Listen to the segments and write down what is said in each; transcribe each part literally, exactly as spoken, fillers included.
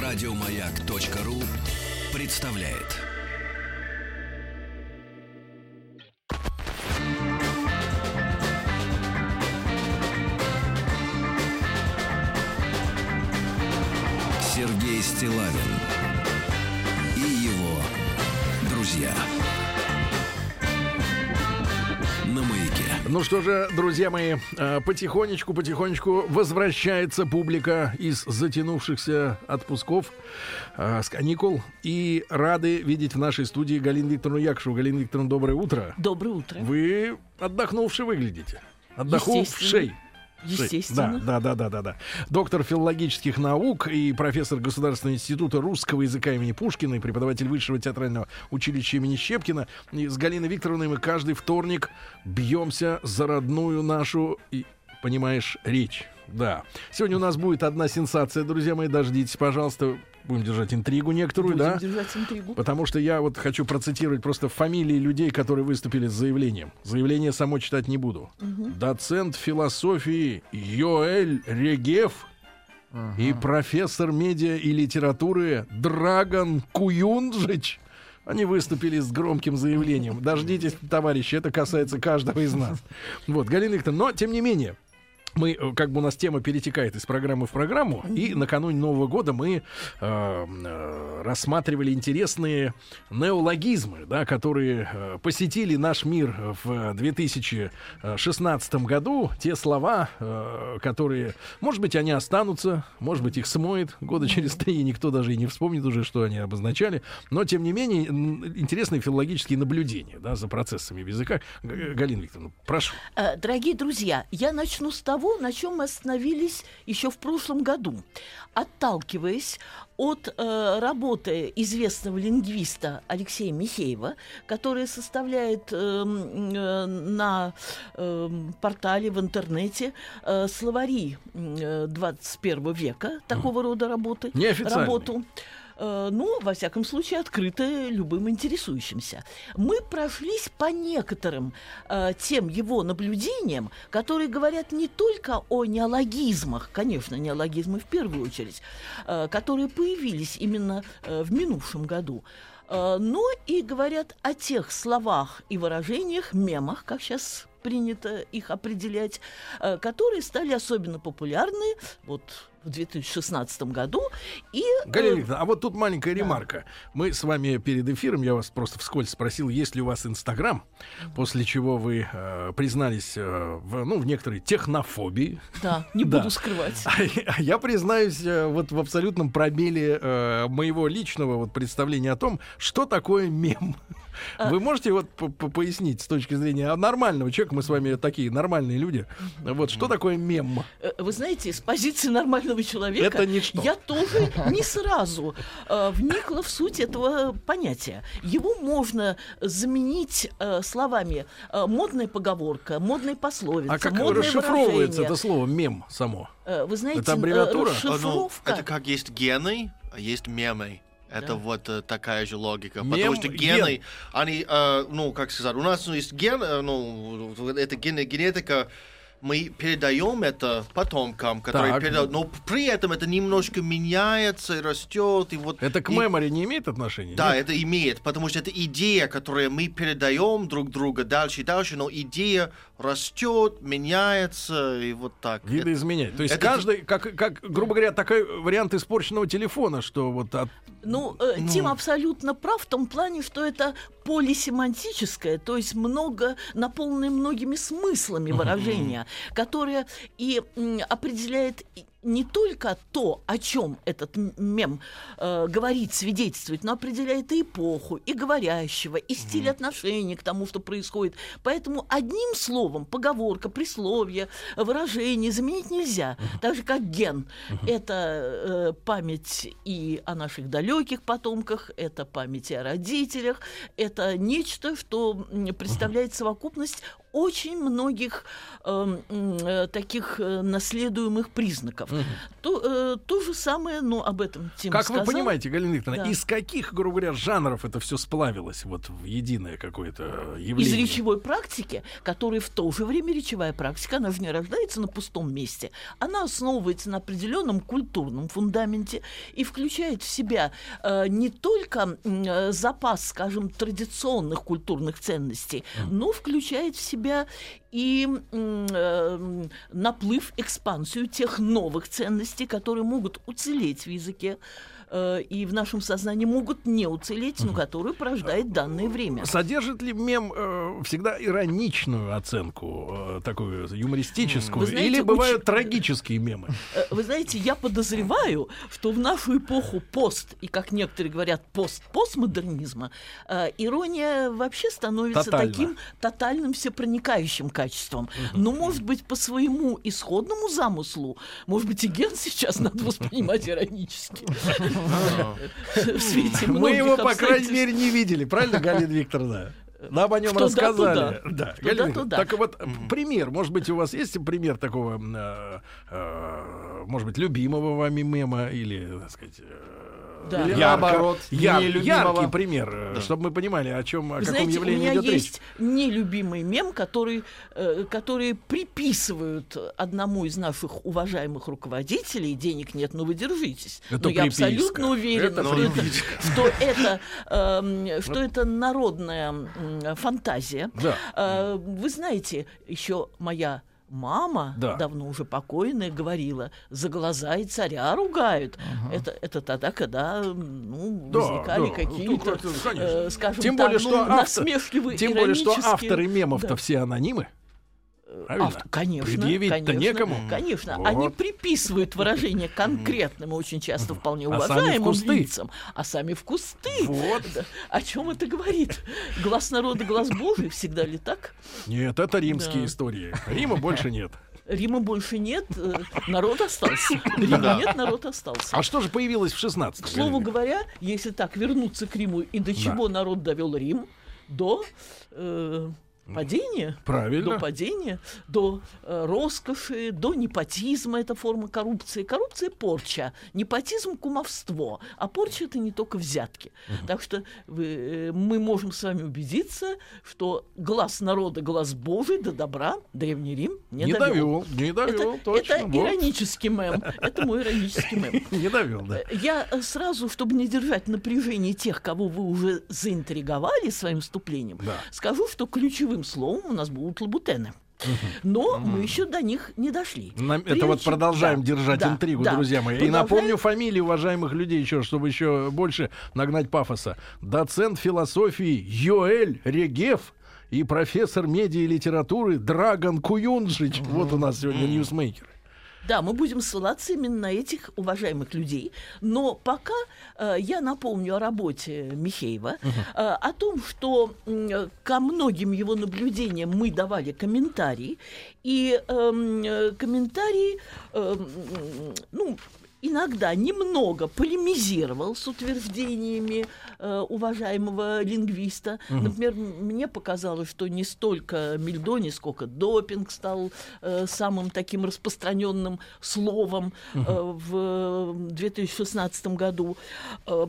Радиомаяк.ру представляет. Сергей Стиллавин и его друзья на Маяке. Ну что же, друзья мои, потихонечку, потихонечку возвращается публика из затянувшихся отпусков, с каникул. И рады видеть в нашей студии Галину Викторовну Якушеву. Галина Викторовна, доброе утро. Доброе утро. Вы отдохнувши выглядите. Отдохнувшей. Естественно. Да, да, да, да, да. Доктор филологических наук и профессор Государственного института русского языка имени Пушкина и преподаватель Высшего театрального училища имени Щепкина. И с Галиной Викторовной мы каждый вторник бьемся за родную нашу, и, понимаешь, речь. Да. Сегодня у нас будет одна сенсация, друзья мои. Дождитесь, пожалуйста. Будем держать интригу некоторую, Будем да? держать интригу. Потому что я вот хочу процитировать просто фамилии людей, которые выступили с заявлением. Заявление само читать не буду. Угу. Доцент философии Йоэль Регеф ага. и профессор медиа и литературы Драган Куюнджич. Они выступили с громким заявлением. Дождитесь, товарищи, это касается каждого из нас. Вот, Галина Викторовна, но тем не менее, мы, как бы у нас тема перетекает из программы в программу, mm-hmm. и накануне Нового года мы э, э, рассматривали интересные неологизмы, да, которые э, посетили наш мир в две тысячи шестнадцатом году. Те слова, э, которые, может быть, они останутся, может быть, их смоет года через три, и никто даже и не вспомнит уже, что они обозначали. Но, тем не менее, интересные филологические наблюдения, да, за процессами в языках. Галина Викторовна, прошу. Дорогие друзья, я начну с того, на чем мы остановились еще в прошлом году. Отталкиваясь от э, работы известного лингвиста Алексея Михеева, который составляет э, э, на э, портале в интернете э, словари э, двадцать первого века такого рода работы. Неофициальный. Работу. Ну, во всяком случае, открыто любым интересующимся. Мы прошлись по некоторым э, тем его наблюдениям, которые говорят не только о неологизмах, конечно, неологизмы в первую очередь, э, которые появились именно э, в минувшем году, э, но и говорят о тех словах и выражениях, мемах, как сейчас принято их определять, э, которые стали особенно популярны вот в две тысячи шестнадцатом году. И, Галина Викторовна, а вот тут маленькая да. ремарка. Мы с вами перед эфиром, я вас просто вскользь спросил, есть ли у вас Инстаграм, mm-hmm. после чего вы э, признались э, в, ну, в некоторой технофобии. Да, не буду скрывать. А я признаюсь э, вот в абсолютном пробеле э, моего личного вот представления о том, что такое мем. Вы можете вот пояснить с точки зрения нормального человека, мы с вами такие нормальные люди, вот что такое мем? Вы знаете, с позиции нормального человека это ничто. Я тоже не сразу э, вникла в суть этого понятия. Его можно заменить э, словами э, модная поговорка, модная пословица, а как модное расшифровывается выражение. Это слово мем само? Э, вы знаете, это аббревиатура? расшифровка... Ну, это как есть гены, а есть мемы. Это да. вот э, такая же логика. Мем, потому что гены, ген. они, э, ну, как сказать, у нас есть ген, э, ну, это ген, генетика, мы передаем это потомкам, которые передают, но при этом это немножко меняется, растет. И вот, это к и... мемори не имеет отношения? Да, нет? это имеет, потому что это идея, которую мы передаем друг другу дальше и дальше, но идея растет, меняется, и вот так. Видоизменяет. То есть это... каждый, как, как, грубо говоря, такой вариант испорченного телефона, что вот... От... Ну, э, ну... Тим абсолютно прав в том плане, что это полисемантическое, то есть много, наполненное многими смыслами выражения, которое и м, определяет не только то, о чем этот мем э, говорит, свидетельствует, но определяет и эпоху, и говорящего, и стиль mm-hmm. отношения к тому, что происходит. Поэтому одним словом поговорка, присловие, выражение заменить нельзя. Mm-hmm. Так же, как ген. Mm-hmm. Это э, память и о наших далеких потомках, это память и о родителях, это нечто, что представляет совокупность очень многих э, э, таких э, наследуемых признаков. Угу. То, э, то же самое, но об этом Тим Как сказал. вы понимаете, Галина Викторовна, Да. из каких, грубо говоря, жанров это все сплавилось вот в единое какое-то явление? Из речевой практики, которая в то же время речевая практика, она же не рождается на пустом месте. Она основывается на определенном культурном фундаменте и включает в себя э, не только э, запас, скажем, традиционных культурных ценностей, mm. но включает в себя и э, наплыв, экспансию тех новых ценностей, которые могут уцелеть в языке э, и в нашем сознании могут не уцелеть, но которые порождает данное время. Содержит ли мем э, всегда ироничную оценку, э, такую юмористическую, знаете, или бывают уч... трагические мемы? Вы знаете, я подозреваю, что в нашу эпоху пост, и, как некоторые говорят, пост-постмодернизма, э, ирония вообще становится Тотально. таким тотальным всепроникающим качеством. Угу. Но, может быть, по своему исходному замыслу, может быть, и ген сейчас надо воспринимать иронически. Мы его, по крайней мере, не видели, правильно, Галина Викторовна? Нам о нем Туда, рассказали. туда. Да. Туда, Галина, туда. Так вот, mm-hmm. пример. Может быть, у вас есть пример такого, э, э, может быть, любимого вами мема или, так сказать, э, да. или ярко, наоборот, яр, нелюбимого. яркий пример, да. чтобы мы понимали, о чем, о Вы каком знаете, явлении у меня идет речь. есть нелюбимый мем, который, э, который приписывают одному из наших уважаемых руководителей. Денег нет, но вы держитесь. Это но я приписка. абсолютно уверена, Это что, это, что, это, э, что это народная э, фантазия. Да. Э, вы знаете, еще моя мама, да. давно уже покойная, говорила: за глаза и царя ругают. Uh-huh. Это, это тогда, когда ну, да, возникали да. какие-то, ну, э, скажем тем так, более, ну, что насмешливые, тем более, что авторы мемов-то да. все анонимы. Автор, конечно, предъявить-то конечно, некому. Конечно, вот. Они приписывают выражение конкретным и очень часто вполне уважаемым а лицам, а сами в кусты. Вот. Да. О чем это говорит? Глаз народа, глаз Божий, всегда ли так? Нет, это римские да. истории. Рима больше нет. Рима больше нет, народ остался. Рима нет, народ остался. А что же появилось в шестнадцатом? К слову говоря, если так вернуться к Риму, и до чего да. народ довел Рим? До... Э, Падение, Правильно. до падения, до э, роскоши, до непотизма, это форма коррупции. Коррупция – порча, непотизм – кумовство, а порча – это не только взятки. Uh-huh. Так что вы, э, мы можем с вами убедиться, что глаз народа, глаз Божий до добра Древний Рим не, не довел. довел. Не довел, это, точно. Это вот. Иронический мем. Это мой иронический мем. Не довел, да. Я сразу, чтобы не держать напряжение тех, кого вы уже заинтриговали своим вступлением, да. скажу, что ключевым словом у нас будут лабутены. Но uh-huh. мы еще до них не дошли. На, это вот продолжаем да, держать да, интригу, да, друзья мои. Продолжаем... И напомню фамилии уважаемых людей еще, чтобы еще больше нагнать пафоса. Доцент философии Йоэль Регеф и профессор медиа и литературы Драган Куюнджич. Uh-huh. Вот у нас сегодня uh-huh. ньюсмейкеры. Да, мы будем ссылаться именно на этих уважаемых людей. Но пока э, я напомню о работе Михеева, uh-huh. э, о том, что э, ко многим его наблюдениям мы давали комментарии. И э, комментарии, э, ну, иногда немного полемизировал с утверждениями э, уважаемого лингвиста. Uh-huh. Например, мне показалось, что не столько Мельдони, сколько допинг стал э, самым таким распространенным словом э, uh-huh. в две тысячи шестнадцатом году. Э,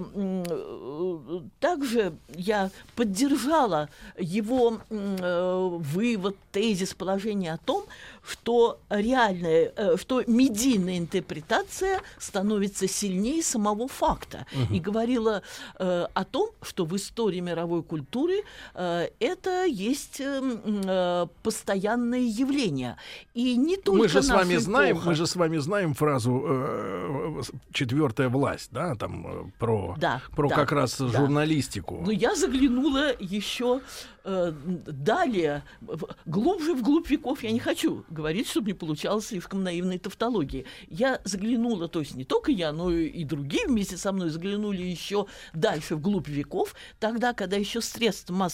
э, также я поддержала его э, вывод, тезис, положение о том, что реальная, э, что медийная интерпретация становится сильнее самого факта. Uh-huh. И говорила э, о том, что в истории мировой культуры э, это есть э, постоянное явление. И не только мы же с вами эпоха. знаем, мы же с вами знаем фразу э, «четвертая власть», да, там э, про, да, про да, как раз да. журналистику. Но я заглянула еще э, далее, глубже вглубь веков. Я не хочу говорить, чтобы не получалось слишком наивной тавтологии. Я заглянула, то есть не только я, но и другие вместе со мной заглянули еще дальше вглубь веков, тогда, когда еще средств масс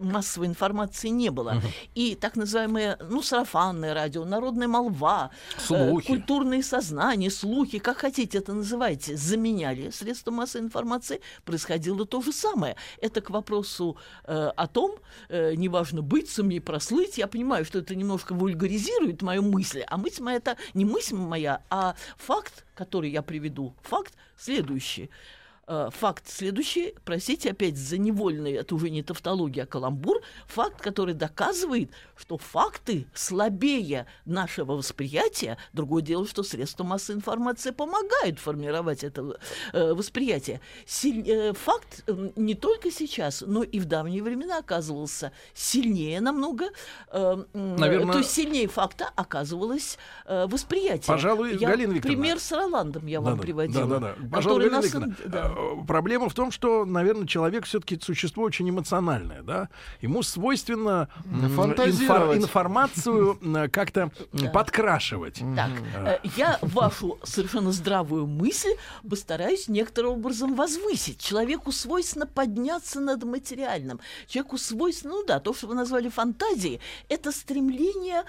массовой информации не было. Uh-huh. И так называемое, ну, сарафанное радио, народная молва, э, культурные сознания, слухи, как хотите это называйте, заменяли средства массовой информации, происходило то же самое. Это к вопросу э, о том, э, неважно, быть, суметь, прослыть. Я понимаю, что это немножко вульгаризирует мою мысль, а мысль моя — это не мысль моя, а факт, который я приведу. Факт следующий. Факт следующий, простите, опять за невольный, это уже не тавтология, а каламбур, факт, который доказывает, что факты слабее нашего восприятия. Другое дело, что средства массовой информации помогают формировать это э, восприятие. Силь, э, факт э, не только сейчас, но и в давние времена оказывался сильнее намного, э, Наверное... то есть сильнее факта оказывалось э, восприятие. Пожалуй, я, Галина Викторовна. Пример с Роландом я да, вам да, приводила. Да, да, да. Пожалуй, Галина нас... Викторовна, да. Проблема в том, что, наверное, человек все-таки существо очень эмоциональное, да? Ему свойственно инфор- информацию как-то да. подкрашивать. Так, а. я вашу совершенно здравую мысль постараюсь некоторым образом возвысить. Человеку свойственно подняться над материальным. Человеку свойственно, ну да, то, что вы назвали фантазией, это стремление,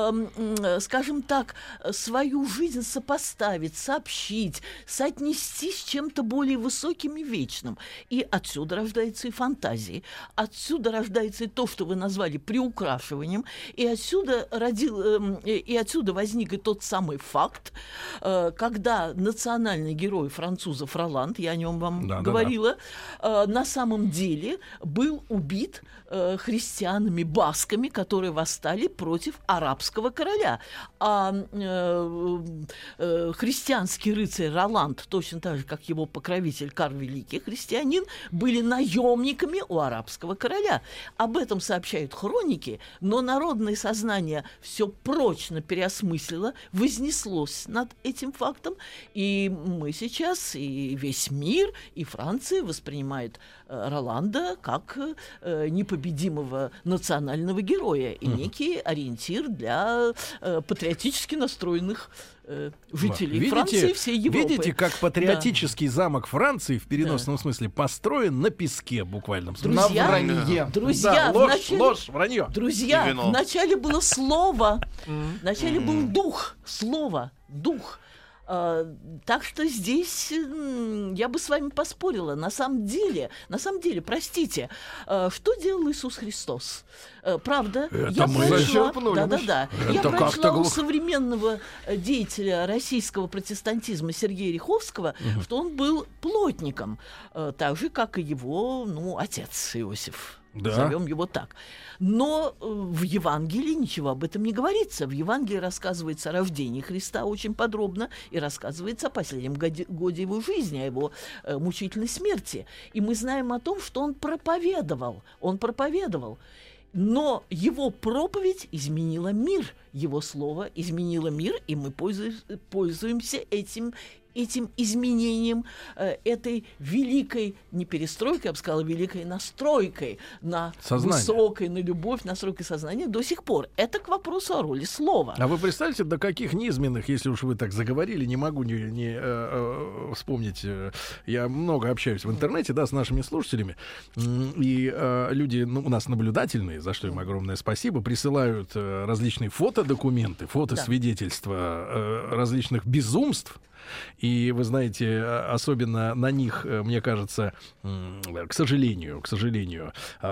э, скажем так, свою жизнь сопоставить, сообщить, соотнести с чем-то более высоким и вечным. И отсюда рождается и фантазия. Отсюда рождается и то, что вы назвали приукрашиванием. И отсюда, родил, э, и отсюда возник и тот самый факт, э, когда национальный герой французов Роланд, я о нем вам да, говорила, да, да. Э, на самом деле был убит э, христианами-басками, которые восстали против арабского короля. А э, э, христианский рыцарь Роланд, точно так же, как его покровитель Карл Великий, христианин, были наемниками у арабского короля. Об этом сообщают хроники, но народное сознание все прочно переосмыслило, вознеслось над этим фактом, и мы сейчас, и весь мир, и Франция воспринимает э, Роланда как э, непобедимого национального героя и некий ориентир для э, патриотически настроенных жителей видите, Франции, всей Европы. Видите, как патриотический да. замок Франции в переносном да. смысле построен на песке, буквально. Друзья, на вранье. Друзья, да, ложь, вначале, ложь, вранье. Друзья, вначале было слово, вначале был дух, слово, дух. Uh, так что здесь uh, я бы с вами поспорила. На самом деле, на самом деле, простите, uh, что делал Иисус Христос? Uh, правда, это я мы прочла, да, да, да, я прочла у глух... современного деятеля российского протестантизма Сергея Риховского, uh-huh. что он был плотником, uh, так же, как и его, ну, отец Иосиф. Да. Назовем его так. Но э, в Евангелии ничего об этом не говорится. В Евангелии рассказывается о рождении Христа очень подробно и рассказывается о последнем годе, годе его жизни, о его э, мучительной смерти. И мы знаем о том, что он проповедовал. Он проповедовал. Но его проповедь изменила мир. Его слово изменило мир, и мы пользуемся, пользуемся этим этим изменением, э, этой великой, не перестройкой, я бы сказала, великой настройкой на сознание. Высокой, на любовь, настройкой сознания до сих пор. Это к вопросу о роли слова. А вы представьте, до каких низменных, если уж вы так заговорили, не могу не, не э, э, вспомнить, э, я много общаюсь в интернете, да, с нашими слушателями, и э, люди, ну, у нас наблюдательные, за что им огромное спасибо, присылают э, различные фотодокументы, фотосвидетельства э, различных безумств. И вы знаете, особенно на них, мне кажется, к сожалению, к сожалению,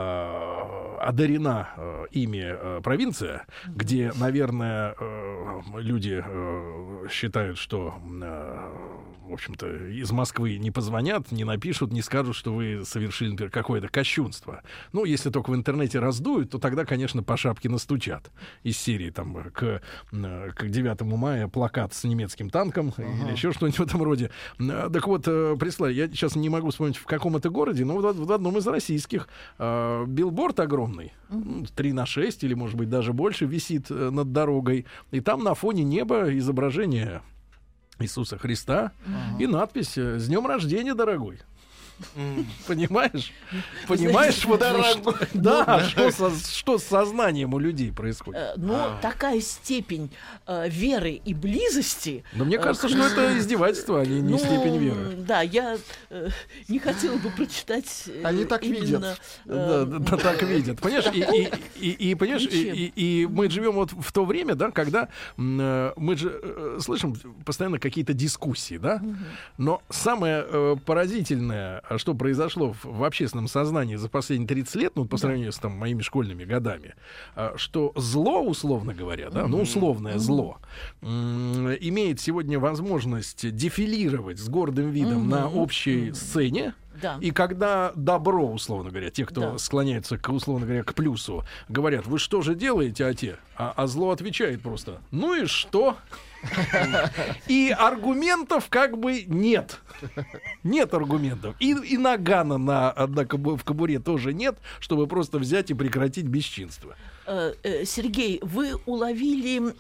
одарена ими провинция, где, наверное, люди считают, что, в общем-то, из Москвы не позвонят, не напишут, не скажут, что вы совершили, например, какое-то кощунство. Ну, если только в интернете раздуют, то тогда, конечно, по шапке настучат. Из серии там к, к девятому мая плакат с немецким танком ага. или еще что-нибудь в этом роде. Так вот, прислали, я сейчас не могу вспомнить, в каком это городе, но в одном из российских э, билборд огромный, три на шесть или, может быть, даже больше, висит над дорогой. И там на фоне неба изображение Иисуса Христа uh-huh. и надпись «С днем рождения, дорогой». Понимаешь? Понимаешь, вот что, да, что, со, что с сознанием у людей происходит? Э, но а. такая степень э, веры и близости... Но мне кажется, э, что это издевательство, а не, не ну, степень веры. Да, я э, не хотела бы прочитать... Э, Они так именно, видят. Э, да, да, так видят. Понимаешь, и, и, и, и, понимаешь, и, и, и мы живем вот в то время, да, когда э, мы же э, слышим постоянно какие-то дискуссии, да, угу. Но самое э, поразительное, что произошло в, в общественном сознании за последние тридцать лет, ну, по сравнению с там, моими школьными годами, э, что зло, условно говоря, да, ну, условное зло, э, имеет сегодня возможность дефилировать с гордым видом на общей сцене. Да. И когда добро, условно говоря, те, кто да. склоняется, к, условно говоря, к плюсу, говорят, вы что же делаете, а те? А, а зло отвечает просто, ну и что? И аргументов как бы нет. Нет аргументов. И, и нагана на, однако, в кобуре тоже нет, чтобы просто взять и прекратить бесчинство. Сергей, вы уловили...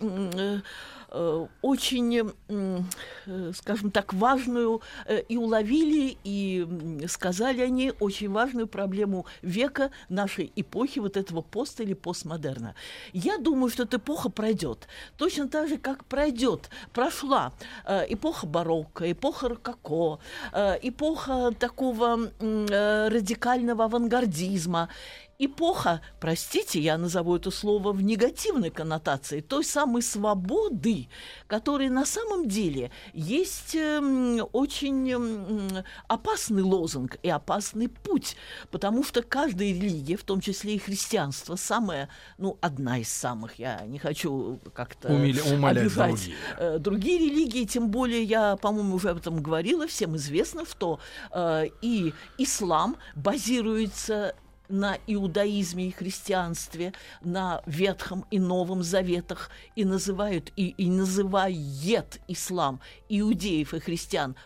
очень, скажем так, важную и уловили, и сказали они очень важную проблему века нашей эпохи, вот этого пост- или постмодерна. Я думаю, что эта эпоха пройдет. Точно так же, как пройдет, прошла эпоха барокко, эпоха рококо, эпоха такого радикального авангардизма. Эпоха, простите, я назову это слово в негативной коннотации, той самой свободы, которая на самом деле есть э, очень э, опасный лозунг и опасный путь, потому что каждая религия, в том числе и христианство, самая, ну, одна из самых, я не хочу как-то обижать э, другие религии, тем более я, по-моему, уже об этом говорила, всем известно, что э, и ислам базируется на иудаизме и христианстве, на Ветхом и Новом Заветах, и называют, и, и называет ислам иудеев и христиан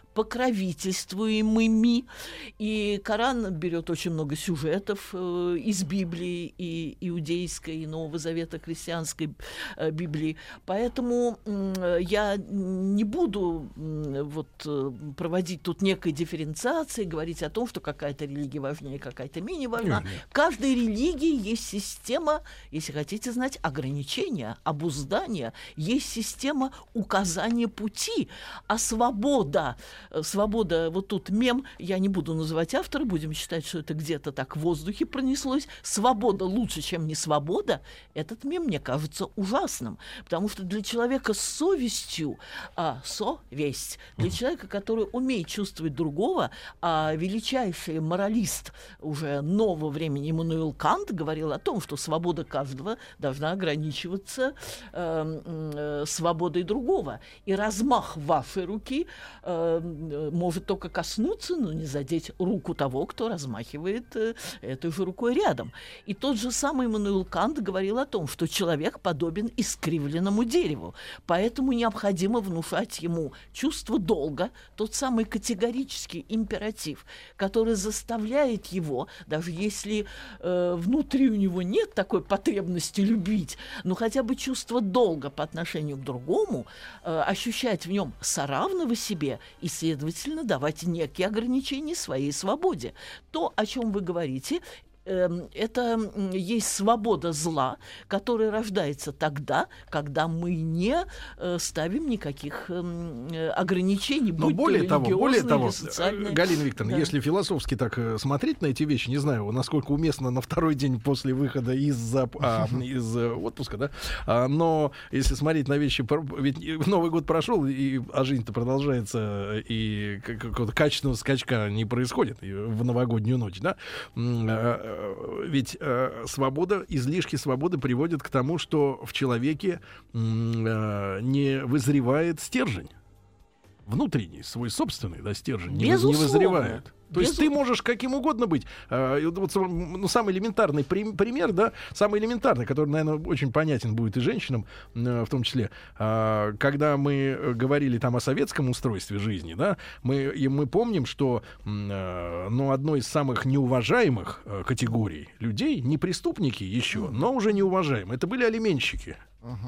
покровительствуемыми. И Коран берет очень много сюжетов э, из Библии, и иудейской, и Нового Завета, христианской э, Библии. Поэтому э, я не буду э, вот, э, проводить тут некой дифференциации, говорить о том, что какая-то религия важнее, какая-то менее важна. Нет, нет. В каждой религии есть система, если хотите знать, ограничения, обуздания, есть система указания пути, а свобода Свобода, вот тут мем, я не буду называть автора, будем считать, что это где-то так в воздухе пронеслось. Свобода лучше, чем не свобода. Этот мем мне кажется ужасным, потому что для человека с совестью, а, совесть, для человека, который умеет чувствовать другого, а величайший моралист уже нового времени Иммануил Кант говорил о том, что свобода каждого должна ограничиваться э, э, свободой другого. И размах вашей руки э, может только коснуться, но не задеть руку того, кто размахивает э, этой же рукой рядом. И тот же самый Иммануил Кант говорил о том, что человек подобен искривленному дереву, поэтому необходимо внушать ему чувство долга, тот самый категорический императив, который заставляет его, даже если э, внутри у него нет такой потребности любить, но хотя бы чувство долга по отношению к другому, э, ощущать в нем соравного себе и, следовательно, давать некие ограничения своей свободе. То, о чем вы говорите, это есть свобода зла, которая рождается тогда, когда мы не ставим никаких ограничений. Но более того, более того, социальные... Галина Викторовна, да. Если философски так смотреть на эти вещи, не знаю, насколько уместно на второй день после выхода из, а, из отпуска, да, а, но если смотреть на вещи, ведь Новый год прошел, и, а жизнь-то продолжается, и какого-то качественного скачка не происходит в новогоднюю ночь, да, ведь э, свобода, излишки свободы приводят к тому, что в человеке э, не вызревает стержень. Внутренний, свой собственный, да, стержень не, не вызревает. То есть ты можешь каким угодно быть. А, вот, ну, самый элементарный при, пример, да, самый элементарный, который, наверное, очень понятен будет и женщинам, э, в том числе, а, когда мы говорили там о советском устройстве жизни, да, мы, и мы помним, что э, ну, одной из самых неуважаемых э, категорий людей, не преступники еще, но уже неуважаемые, это были алименщики. Uh-huh.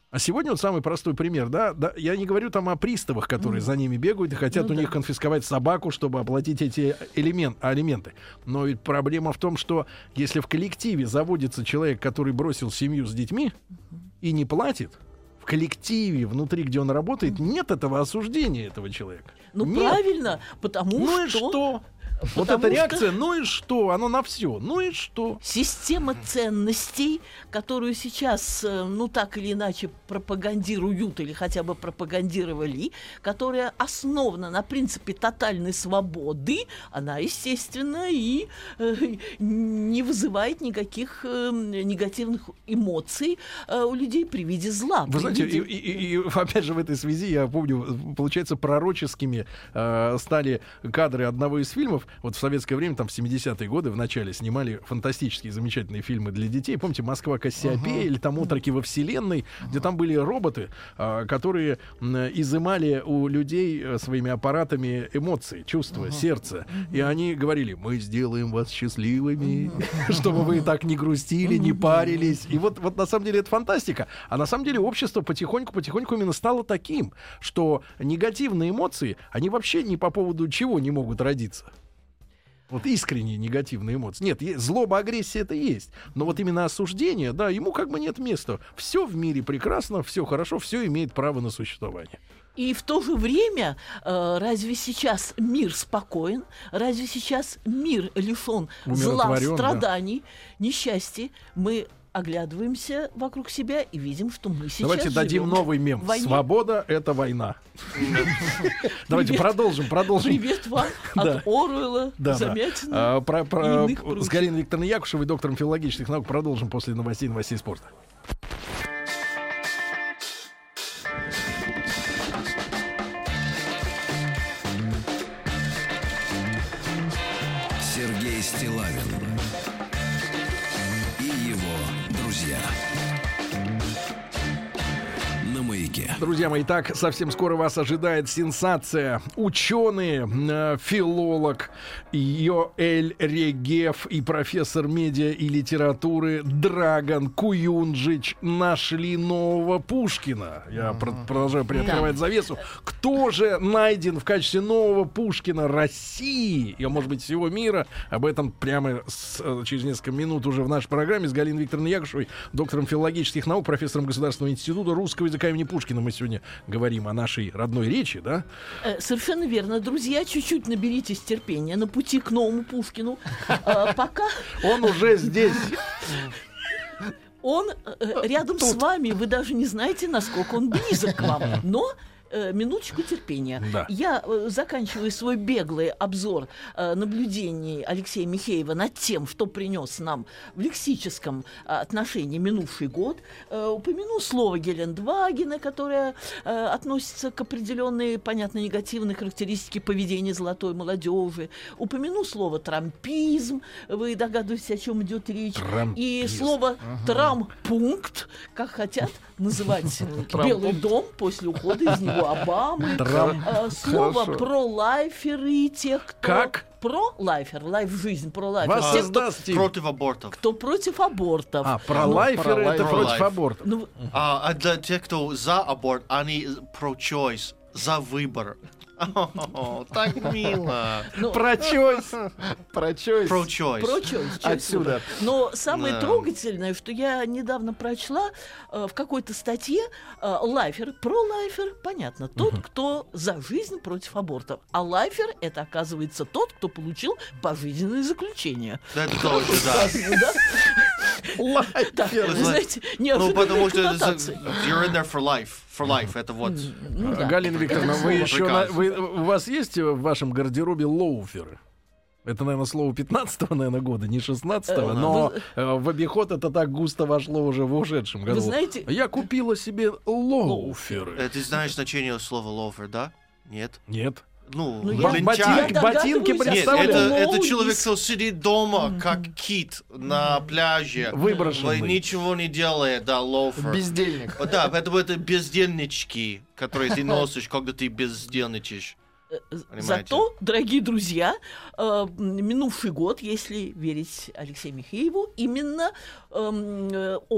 А сегодня вот самый простой пример, да, да, я не говорю там о приставах, которые mm. за ними бегают и хотят ну, у да. них конфисковать собаку, чтобы оплатить эти элемент, алименты. Но ведь проблема в том, что если в коллективе заводится человек, который бросил семью с детьми mm-hmm. и не платит, в коллективе, внутри, где он работает, mm-hmm. нет этого осуждения этого человека. Ну нет. Правильно, потому ну что... Ну и что? Потому вот эта реакция, что... ну и что? Оно на все. Ну и что? Система ценностей, которую сейчас, ну так или иначе, пропагандируют или хотя бы пропагандировали, которая основана на принципе тотальной свободы, она, естественно, и э, не вызывает никаких э, негативных эмоций э, у людей при виде зла. Вы знаете, виде... и, и, и опять же в этой связи, я помню, получается, пророческими э, стали кадры одного из фильмов. Вот в советское время, там в семидесятые годы в начале снимали фантастические замечательные фильмы для детей. Помните, «Москва Кассиопея» uh-huh. или там «Отроки во вселенной», uh-huh. где там были роботы, а, которые м, изымали у людей а, своими аппаратами эмоции, чувства, uh-huh. сердце. Uh-huh. И они говорили: мы сделаем вас счастливыми, uh-huh. чтобы вы так не грустили, uh-huh. не парились. И вот, вот на самом деле это фантастика. А на самом деле общество потихоньку-потихоньку именно стало таким, что негативные эмоции, они вообще ни по поводу чего не могут родиться. Вот искренние негативные эмоции. Нет, есть, злоба, агрессия — это есть. Но вот именно осуждение, да, ему как бы нет места. Все в мире прекрасно, все хорошо, все имеет право на существование. И в то же время, э, разве сейчас мир спокоен? Разве сейчас мир лишен зла, страданий, да. несчастья? Мы оглядываемся вокруг себя и видим, что мы сейчас Давайте дадим новый мем. Свобода — это война. Давайте продолжим, продолжим. Привет вам от Оруэлла, Замятина и иных прочих. С Галиной Викторовной Якушевой, доктором филологических наук, продолжим после новостей, новостей спорта. Сергей Стиллавин и его друзья. На маяке. Друзья мои, так, совсем скоро вас ожидает сенсация. Ученые, э, филолог Йоэль Регеф и профессор медиа и литературы Драган Куюнджич нашли нового Пушкина. Я uh-huh. про- продолжаю приоткрывать да. завесу. Кто же найден в качестве нового Пушкина России, и, может быть, всего мира? Об этом прямо с, через несколько минут уже в нашей программе с Галиной Викторовной Якушевой, доктором филологических наук, профессором Государственного института русского языка имени Пушкина. Мы сегодня говорим о нашей родной речи, да? Совершенно верно. Друзья, чуть-чуть наберитесь терпения на пути к новому Пушкину. Пока... Он уже здесь. Он рядом с вами. Вы даже не знаете, насколько он близок к вам. Но... Минуточку терпения. Да. Я э, заканчиваю свой беглый обзор э, наблюдений Алексея Михеева над тем, что принес нам в лексическом э, отношении минувший год. Э, упомяну слово Гелендвагена, которое э, относится к определенной, понятно, негативной характеристике поведения золотой молодежи. Упомяну слово трампизм. Вы догадываетесь, о чем идет речь. Трампизм. И слово ага. трампункт, как хотят называть Белый дом после ухода из него Обамы. Трам... А, слово Хорошо. Про лайферы, тех, кто... Как? Про лайфер, лайф жизнь, про лайфер. Вас Те, кто... Против абортов. Кто против абортов. А, про ну, лайферы это про против лайф. абортов. Ну, а, а для тех, кто за аборт, они про-choice, за выбор. О, так мило. Ну, про-чойс. Про-чойс. Про-чойс. Про-чойс. Отсюда. Но самое Да. трогательное, что я недавно прочла э, в какой-то статье, э, лайфер, про-лайфер, понятно, тот, uh-huh. кто за жизнь против абортов. А лайфер — это, оказывается, тот, кто получил пожизненное заключение. Это точно, да. Лайфер. Вы знаете, Ну, неожиданные потому что коннотации. you're in there for life. For life, это вот. Ну да. Галина Викторовна, Это вы слово. еще на- вы- у вас есть в вашем гардеробе лоуферы? Это, наверное, слово пятнадцатого, наверное, года, не шестнадцатого, Э, но вы- э, в обиход это так густо вошло уже в ушедшем году. Вы знаете- Я купила себе лоуферы. Э, Ты знаешь значение слова loafer, да? Нет? Нет. Ну, Ну, я- лентяй. ботинки- я ботинки догадываюсь, Нет, представляю. это, Лоу это из- человек, кто сидит дома, как кит на пляже. Выброшенный. Ничего не делает, да, лоуфер. Бездельник. О, Да, поэтому это бездельнички, которые ты носишь, когда ты бездельничаешь. Понимаете? Зато, дорогие друзья, э, минувший год, если верить Алексею Михееву, именно эм, э, он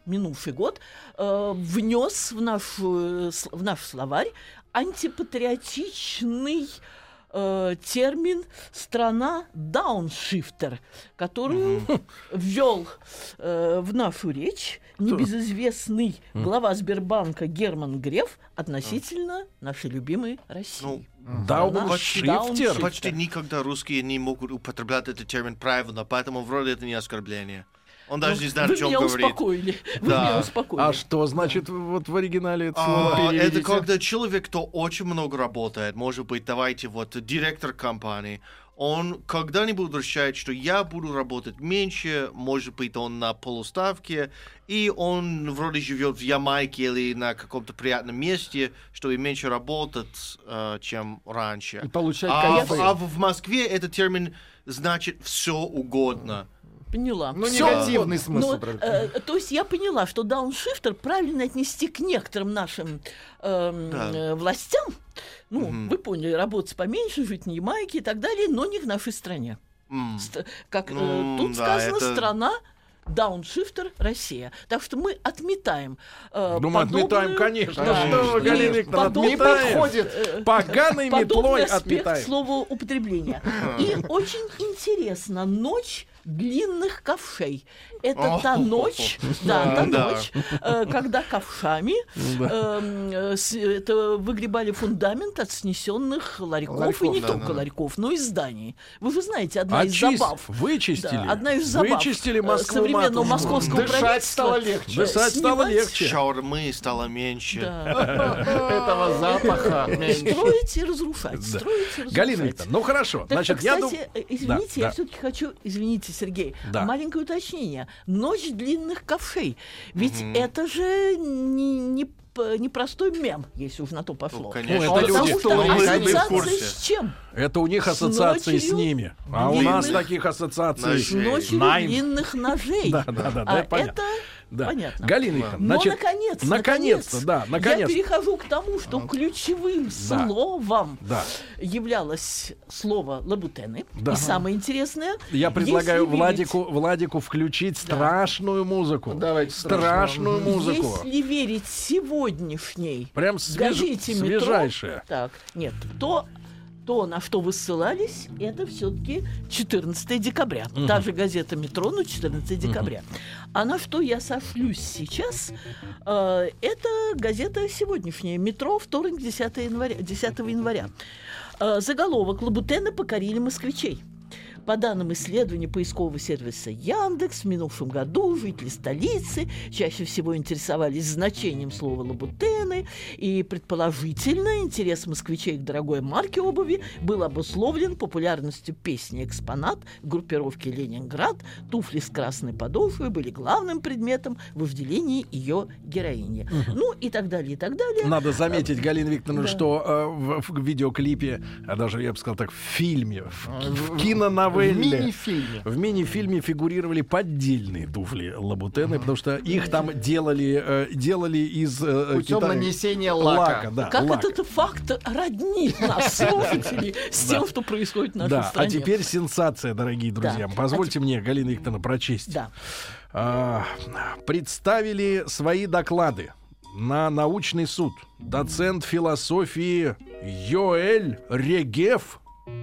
минувший год, э, внес в наш, э, в наш словарь антипатриотичный э, термин «страна дауншифтер», которую mm-hmm. ввел э, в нашу речь небезызвестный mm-hmm. глава Сбербанка Герман Греф относительно mm-hmm. нашей любимой России. Ну, дауншифтер? Почти никогда русские не могут употреблять этот термин правильно, поэтому вроде это не оскорбление. Он даже ну, не знает, о чем говорит. Успокоили. Вы да. меня успокоили. А что значит вот в оригинале это слово? А, это когда человек, кто очень много работает, может быть, давайте вот директор компании, он когда-нибудь решает, что я буду работать меньше, может быть, он на полуставке, и он вроде живет в Ямайке или на каком-то приятном месте, чтобы меньше работать, э, чем раньше. И получать а, в, а в Москве этот термин значит все угодно. Поняла. Ну, негативный смысл. Но, э, то есть я поняла, что дауншифтер правильно отнести к некоторым нашим э, да. э, властям. Ну, mm-hmm. вы поняли, работать поменьше, жить на Ямайке и так далее, но не в нашей стране. Mm. Ст- как mm, э, тут да, сказано, это... страна дауншифтер Россия. Так что мы отметаем. Э, ну, мы отметаем, конечно. Да, что вы, Галина Викторовна, не подходит. Э, Поганой метлой отметаем. Слово употребления. И очень интересно, ночь длинных ковшей. Это та ночь, да, та ночь, когда ковшами это выгребали фундамент от снесенных ларьков, и не только ларьков, но и зданий. Вы же знаете, одна из забав. Вычистили. Одна из забав Вычистили Москву современного московского правительства. Дышать стало легче. Дышать стало легче. Шаурмы стало меньше. Этого запаха меньше. Строить и разрушать. Строить и разрушать. Галина Викторовна, ну хорошо. Значит, я думаю... Извините, я все-таки хочу... Извините, Сергей, маленькое уточнение. Ночь длинных ковшей. Ведь mm-hmm. это же не, не, не простой мем, если уж на то пошло. Ну, конечно. Ну, это Потому люди. что ассоциация с чем? Это у них ассоциации с, с ними. А у нас таких ассоциаций... С ночью длинных ножей. Да, да, да. А понятно. это... Да. Понятно. Галина Викторовна, значит, но наконец, наконец-то, да, наконец. Я перехожу к тому, что ключевым да. словом да. являлось слово лабутены. Да. И самое интересное... Я предлагаю Владику, верить... Владику включить да. страшную музыку. Давайте страшную музыку. Если верить сегодняшней прям свеж... газете свежайшая. Метро, так, нет, то... То, на что вы ссылались, это все-таки четырнадцатого декабря. Uh-huh. Та же газета «Метро», но четырнадцатого декабря. Uh-huh. А на что я сошлюсь сейчас, э, это газета сегодняшняя «Метро», вторник, десятого января. Э, заголовок: «Лабутены покорили москвичей». По данным исследования поискового сервиса Яндекс, в минувшем году жители столицы чаще всего интересовались значением слова «лабутены», и предположительно интерес москвичей к дорогой марке обуви был обусловлен популярностью песни «Экспонат» группировки «Ленинград». Туфли с красной подошвой были главным предметом вожделения ее героини. Угу. Ну и так далее, и так далее. Надо заметить, Галина Викторовна, да. что э, в, в видеоклипе, а даже, я бы сказал так, в фильме, в, в киноновелле, В мини-фильме. В мини-фильме фигурировали поддельные туфли лабутены, uh-huh. потому что их там делали, э, делали из э, путем Китая... нанесения лака. лака да, как лак. этот факт роднит нас, слушателей, с тем, что происходит в нашей да. стране. А теперь сенсация, дорогие друзья. Да. Позвольте а мне, Галина Викторовна, прочесть. Да. А, представили свои доклады на научный суд доцент философии Йоэль Регеф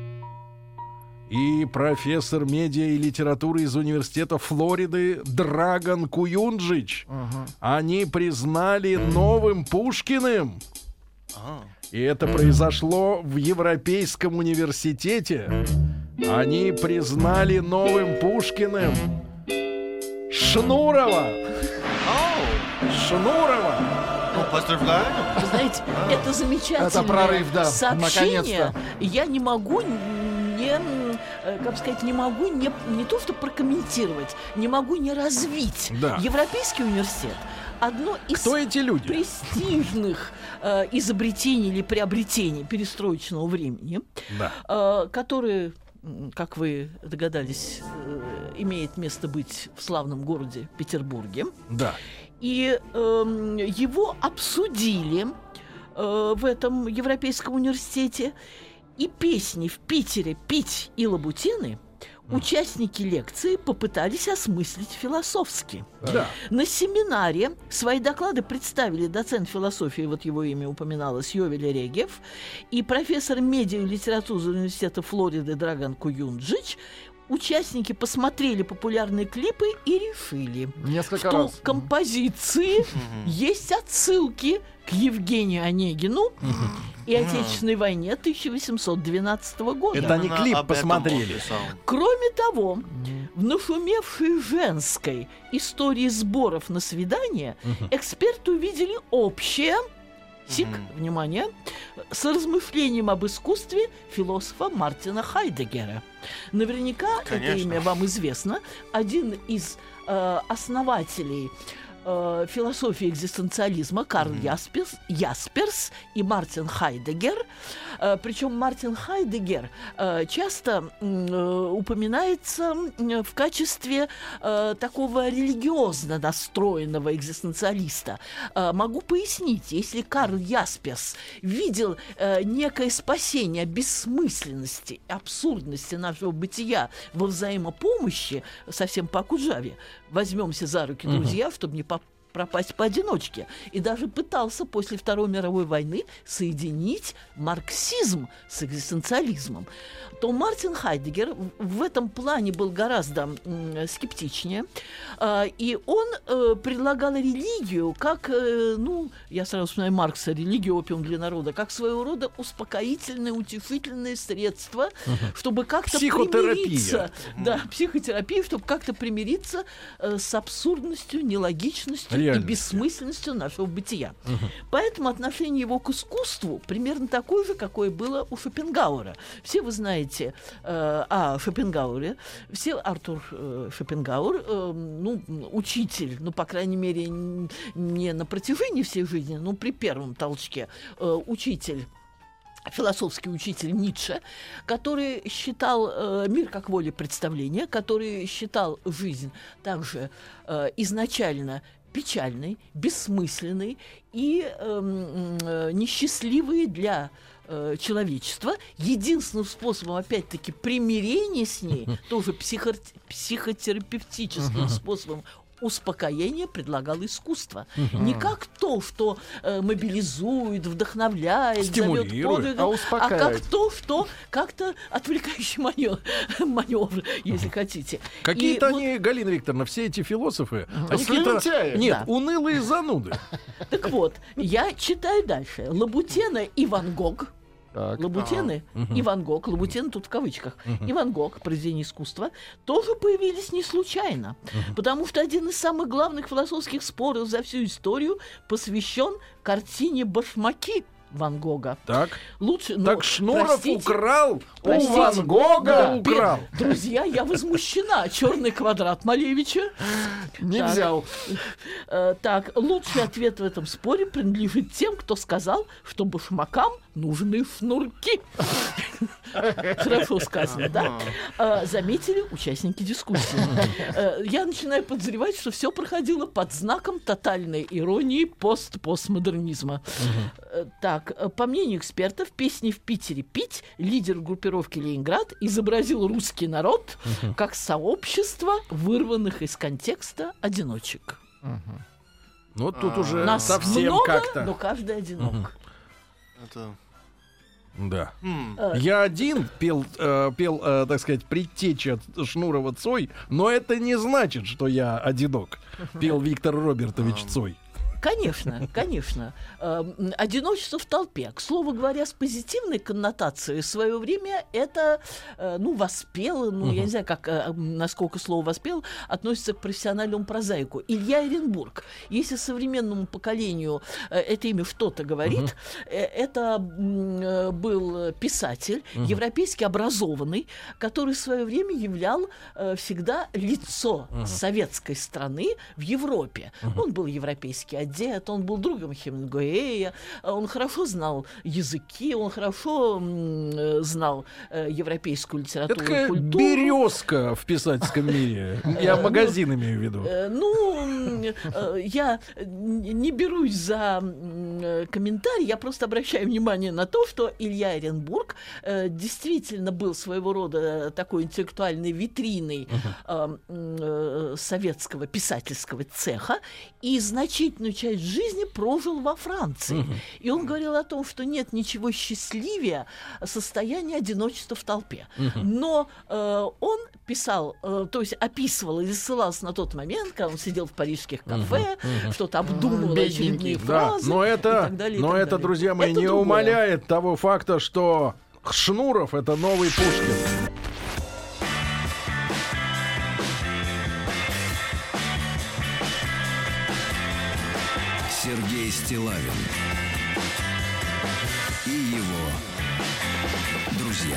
и профессор медиа и литературы из университета Флориды Драгон Куюнджич. Uh-huh. Они признали новым Пушкиным. Uh-huh. И это произошло в Европейском университете. Они признали новым Пушкиным Шнурова. Oh. Шнурова. Ну, поздравляю. Вы знаете, это замечательное это прорыв, да, сообщение. Я не могу... Не, как сказать, не могу не, не то что прокомментировать, не могу не развить. Да. Европейский университет — одно из Кто эти люди? престижных э, изобретений или приобретений перестроечного времени, да. э, которые, как вы догадались, э, имеет место быть в славном городе Петербурге. Да. И э, его обсудили э, в этом Европейском университете. И песни в Питере «Пить и лабутены» участники лекции попытались осмыслить философски. Да. На семинаре свои доклады представили доцент философии, вот его имя упоминалось, Йовель Регев, и профессор медиа и литературы университета Флориды Драган Куюнджич. Участники посмотрели популярные клипы и решили, Несколько что раз. в композиции есть отсылки к Евгению Онегину и Отечественной войне тысяча восемьсот двенадцатого года. Это они Именно клип об этом посмотрели. он писал. Кроме того, в нашумевшей женской истории сборов на свидание эксперты увидели общее, сик, внимание, с размышлением об искусстве философа Мартина Хайдеггера. Наверняка это Конечно. имя вам известно. Один из э, основателей э, философии экзистенциализма Карл Ясперс, Ясперс и Мартин Хайдеггер. Э, причем Мартин Хайдеггер э, часто э, упоминается э, в качестве э, такого религиозно настроенного экзистенциалиста. Э, могу пояснить, если Карл Ясперс видел э, некое спасение бессмысленности, абсурдности нашего бытия во взаимопомощи, совсем по Акуджаве, возьмемся за руки, друзья, чтобы не поп- пропасть поодиночке. И даже пытался после Второй мировой войны соединить марксизм с экзистенциализмом. То Мартин Хайдеггер в- в этом плане был гораздо м, скептичнее. А, и он э, предлагал религию как, э, ну, я сразу вспоминаю Маркса, религию, опиум для народа, как своего рода успокоительное, утешительное средство, чтобы как-то Психотерапия. примириться. Да, психотерапия, чтобы как-то примириться э, с абсурдностью, нелогичностью и Реальностью. бессмысленностью нашего бытия. Поэтому отношение его к искусству примерно такое же, какое было у Шопенгауэра. Все вы знаете э, о Шопенгауэре. Все Артур э, Шопенгауэр, э, ну, учитель, ну, по крайней мере, н- не на протяжении всей жизни, но при первом толчке, э, учитель, философский учитель Ницше, который считал э, мир как волепредставление, который считал жизнь также э, изначально печальной, бессмысленной и э, э, несчастливой для э, человечества. Единственным способом, опять-таки, примирения с ней, тоже психо- психотерапевтическим способом успокоение предлагал искусство. Не как то, что э, мобилизует, вдохновляет, зовет к Стимулирует, подвигам, а а успокаивает. как то, что как-то отвлекающий маневр, маневр, если хотите. Какие-то И вот- они, Галина Викторовна, все эти философы, они Слюнтяи. какие-то... Нет, Да. унылые зануды. Так вот, я читаю дальше. Лабутена и Ван Гог. Так. Лабутены и Ван Гог, Лабутены тут в кавычках, и Ван Гог, произведение искусства, тоже появились не случайно. Потому что один из самых главных философских споров за всю историю посвящен картине «Башмаки» Ван Гога. Так, Лучше, ну, так Шнуров простите, украл у простите. Ван Гога, Да, украл. Друзья, я возмущена. Черный квадрат Малевича. Не Так. взял. Э, так, лучший ответ в этом споре принадлежит тем, кто сказал, что башмакам нужны шнурки. Хорошо сказано, да? Э, Заметили участники дискуссии. Э, Я начинаю подозревать, что все проходило под знаком тотальной иронии пост-постмодернизма. Э, Так, э, по мнению экспертов, песни «В Питере пить» лидер группировки «Ленинград» изобразил русский народ как сообщество вырванных из контекста одиночек. Ну, тут уже Нас совсем много, как-то. но каждый одинок. Это... Да. м, Э, Я один пел, э, пел э, так сказать, предтеча Шнурова Цой, но это не значит, что я одинок. Пел Виктор Робертович Цой. Конечно, конечно. Эм, Одиночество в толпе. К слову говоря, с позитивной коннотацией в свое время это, э, ну, воспел, ну, я не знаю, как, э, насколько слово воспел относится к профессиональному прозаику. Илья Эренбург. Если современному поколению э, это имя что-то говорит, э, это м, э, был писатель, европейски образованный, который в свое время являл э, всегда лицо советской страны в Европе. Он был европейский одет, он был другом Хемингуэя, он хорошо знал языки, он хорошо м, э, знал э, европейскую Это литературу и такая культуру. березка в писательском мире. Я магазин имею в виду. Э, Ну, м, э, я н- не берусь за м, э, комментарий. Я просто обращаю внимание на то, что Илья Эренбург э, действительно был своего рода такой интеллектуальной витриной э, э, советского писательского цеха и значительную часть жизни прожил во Франции. И он говорил о том, что нет ничего счастливее состояния одиночества в толпе. Но э, он писал, э, то есть описывал и ссылался на тот момент, когда он сидел в парижских кафе, что-то обдумывал очередные Да, фразы. но это, и так далее, и но так это, далее. друзья мои, Это не другое. умаляет того факта, что Шнуров — это новый Пушкин. Сергей Стиллавин и его друзья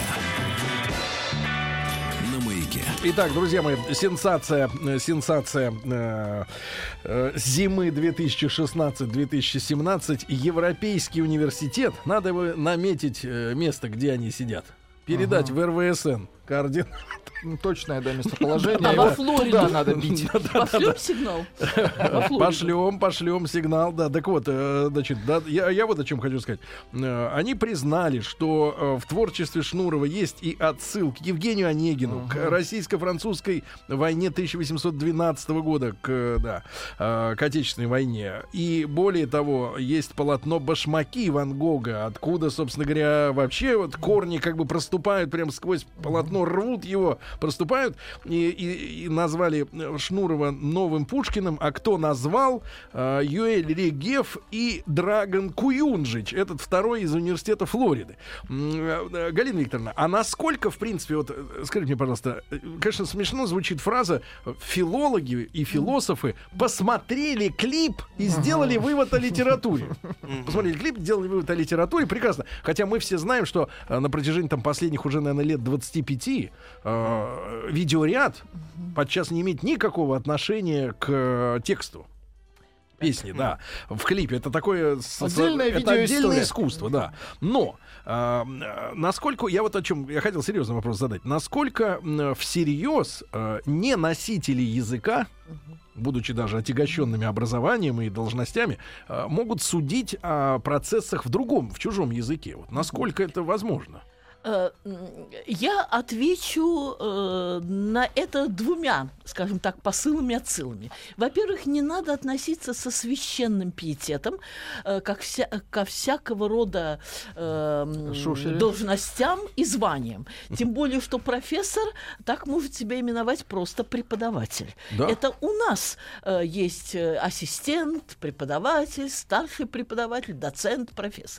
на Маяке. Итак, друзья мои, сенсация, э, сенсация э, э, зимы две тысячи шестнадцать - две тысячи семнадцать. Европейский университет. Надо бы наметить э, место, где они сидят. Передать в эр вэ эс эн координаты. Ну, точное, да, местоположение. А И во вот Флориду? туда надо бить. Пошлем сигнал? Во Флориду. Пошлем, пошлем сигнал, да. Так вот, э, значит, да, я, я вот о чем хочу сказать. Э, они признали, что э, в творчестве Шнурова есть и отсылки к Евгению Онегину, к российско-французской войне тысяча восемьсот двенадцатого года, к, да, э, к Отечественной войне. И более того, есть полотно «Башмаки» Ван Гога, откуда, собственно говоря, вообще вот корни как бы проступают прям сквозь полотно, рвут его, проступают, и, и, и назвали Шнурова новым Пушкиным. А кто назвал? Э, Юэль Регеф и Драгон Куюнджич. Этот второй из университета Флориды. М, э, Галина Викторовна, а насколько, в принципе, вот, э, скажите мне, пожалуйста, э, конечно, смешно звучит фраза: филологи и философы посмотрели клип и сделали вывод о литературе. Посмотрели клип, сделали вывод о литературе. Прекрасно. Хотя мы все знаем, что э, на протяжении там последних уже, наверное, лет двадцати пяти э, видеоряд подчас не имеет никакого отношения к э, тексту песни, да, в клипе. Это такое с- Отдельная это видеоистория. отдельное искусство, да. Но э, э, насколько, я вот о чем, я хотел серьезный вопрос задать, насколько э, всерьез э, не носители языка, будучи даже отягощенными образованием и должностями, э, могут судить о процессах в другом, в чужом языке. Вот насколько это возможно? Э, м, Я отвечу э, на это двумя, скажем так, посылами, отсылами. Во-первых, не надо относиться со священным пиететом э, как вся, ко всякого рода э, м, Шушере. должностям и званиям. Тем более, что профессор так может себя именовать просто преподаватель. Да. Это у нас э, есть э, ассистент, преподаватель, старший преподаватель, доцент, профессор.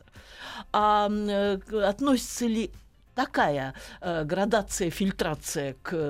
А э, к- относится ли такая э, градация, фильтрация к э,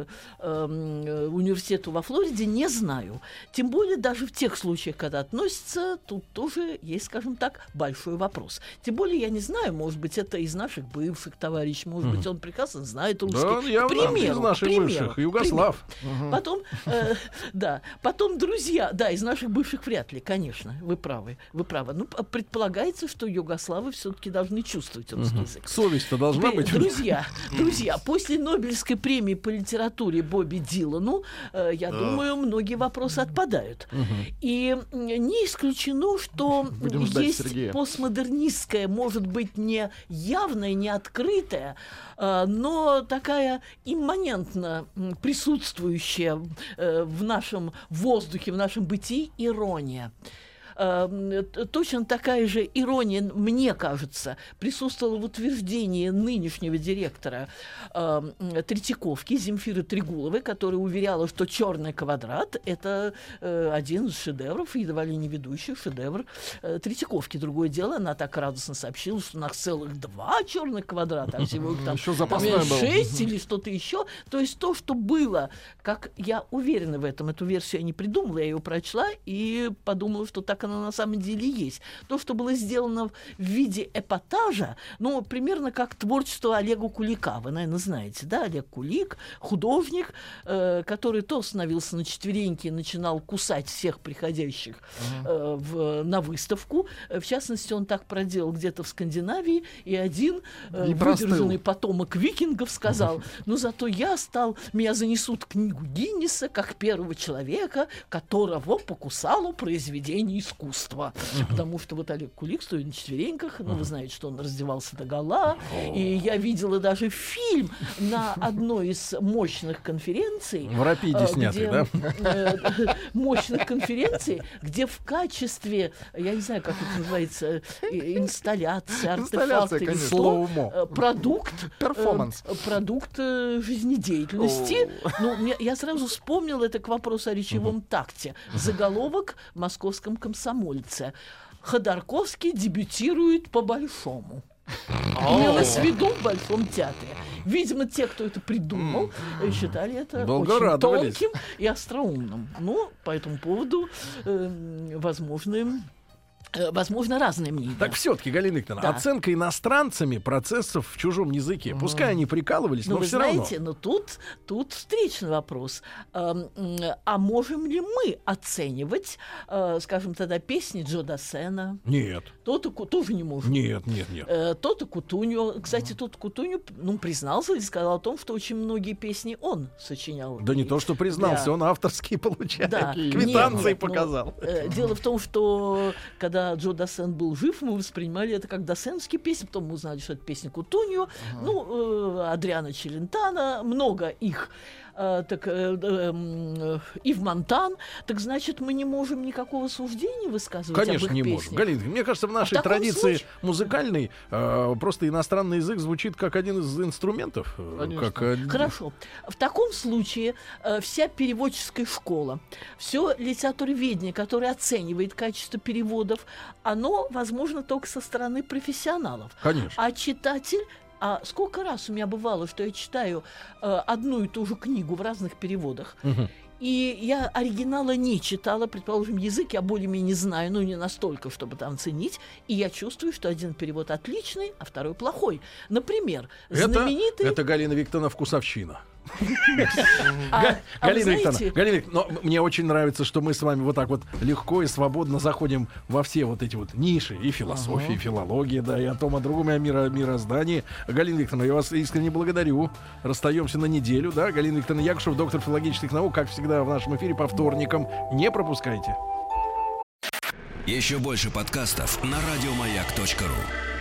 э, университету во Флориде, не знаю. Тем более даже в тех случаях, когда относится, тут тоже есть, скажем так, большой вопрос. Тем более я не знаю, может быть, это из наших бывших товарищей, может быть, он прекрасно знает русский. Да, К явно примеру, из наших к примеру, бывших, Югослав. к примеру. Потом, э, да, потом друзья, да, из наших бывших вряд ли, конечно, вы правы, вы правы. Ну, п- предполагается, что югославы все-таки должны чувствовать русский язык. Совесть-то должна Теперь, быть. Друзья, друзья, после Нобелевской премии по литературе Бобби Дилану, э, я думаю, многие вопросы отпадают. И м, не исключено, что Будем ждать есть Сергея. постмодернистская, может быть, не явная, не открытая, э, но такая имманентно м, присутствующая э, в нашем воздухе, в нашем бытии ирония. Э, т- Точно такая же ирония, мне кажется, присутствовала в утверждении нынешнего директора э, Третьяковки Земфиры Трегуловой, которая уверяла, что «Черный квадрат» — это э, один из шедевров, едва ли не ведущий шедевр э, Третьяковки. Другое дело, она так радостно сообщила, что у нас целых два черных квадрата, а всего их там, Еще там запасной был. шесть или что-то еще. То есть то, что было, как я уверена в этом, эту версию я не придумала, я ее прочла и подумала, что так оно на самом деле есть. То, что было сделано в виде эпатажа, ну, примерно как творчество Олега Кулика. Вы, наверное, знаете, да, Олег Кулик, художник, э, который то становился на четвереньки и начинал кусать всех приходящих э, в, на выставку. В частности, он так проделал где-то в Скандинавии, и один э, И простыл. выдержанный потомок викингов сказал: ну, зато я стал, меня занесут в книгу Гиннесса как первого человека, которого покусало произведение искусства. искусства. Потому что вот Олег Кулик стоит на четвереньках, ну, вы знаете, что он раздевался догола. И я видела даже фильм на одной из мощных конференций. В Рапиде снятый, да? Мощных конференций, где в качестве, я не знаю, как это называется, инсталляция, артефакт или что, продукт, перформанс, продукт жизнедеятельности. Ну, я сразу вспомнила это к вопросу о речевом такте. Заголовок в «Московском комсомольце». Ходорковский дебютирует по-большому. Имелось в виду в Большом театре. Видимо, те, кто это придумал, считали это очень тонким и остроумным. Но по этому поводу э, возможны... Возможно, разные мнения. Так все-таки, Галина Викторовна, да. Оценка иностранцами процессов в чужом языке. Mm. Пускай они прикалывались, но, но вы все знаете, равно. Но тут, тут встречный вопрос. А, а можем ли мы оценивать, а, скажем, тогда песни Джо Дассена? Нет. Тота тоже не можем. Нет, нет, нет. А, Тота Кутуньо. Кстати, mm. Тота Кутуньо, ну, признался и сказал о том, что очень многие песни он сочинял. Да и... не то, что признался, да. Он авторские получает. Да. Квитанции нет, показал. Ну, э, дело в том, что когда Джо Дассен был жив, мы воспринимали это как дассеновские песни, потом мы узнали, что это песня Кутуньо, ага. ну, э, Адриано Челентано, много их. Uh, так, uh, uh, Ив Монтан, так значит, мы не можем никакого суждения высказывать. Конечно, об их не песнях. можем. Галина, мне кажется, в нашей в традиции случае... музыкальной uh, просто иностранный язык звучит как один из инструментов. Как... Хорошо. В таком случае uh, вся переводческая школа, все литературоведение, которое оценивает качество переводов, оно возможно только со стороны профессионалов. Конечно. А читатель... А сколько раз у меня бывало, что я читаю э, одну и ту же книгу в разных переводах, угу. И я оригинала не читала, предположим, язык я более-менее знаю, но не настолько, чтобы там ценить, и я чувствую, что один перевод отличный, а второй плохой. Например, это, знаменитый... Это, Галина Викторовна, вкусовщина. А, Галина Викторовна, Галина Викторовна, мне очень нравится, что мы с вами вот так вот легко и свободно заходим во все вот эти вот ниши и философии, и филологии, да, и о том, о другом, и о миро, мироздании. Галина Викторовна, я вас искренне благодарю. Расстаемся на неделю, да. Галина Викторовна Якушев, доктор филологических наук, как всегда в нашем эфире по вторникам. Не пропускайте. Еще больше подкастов на радиомаяк точка ру.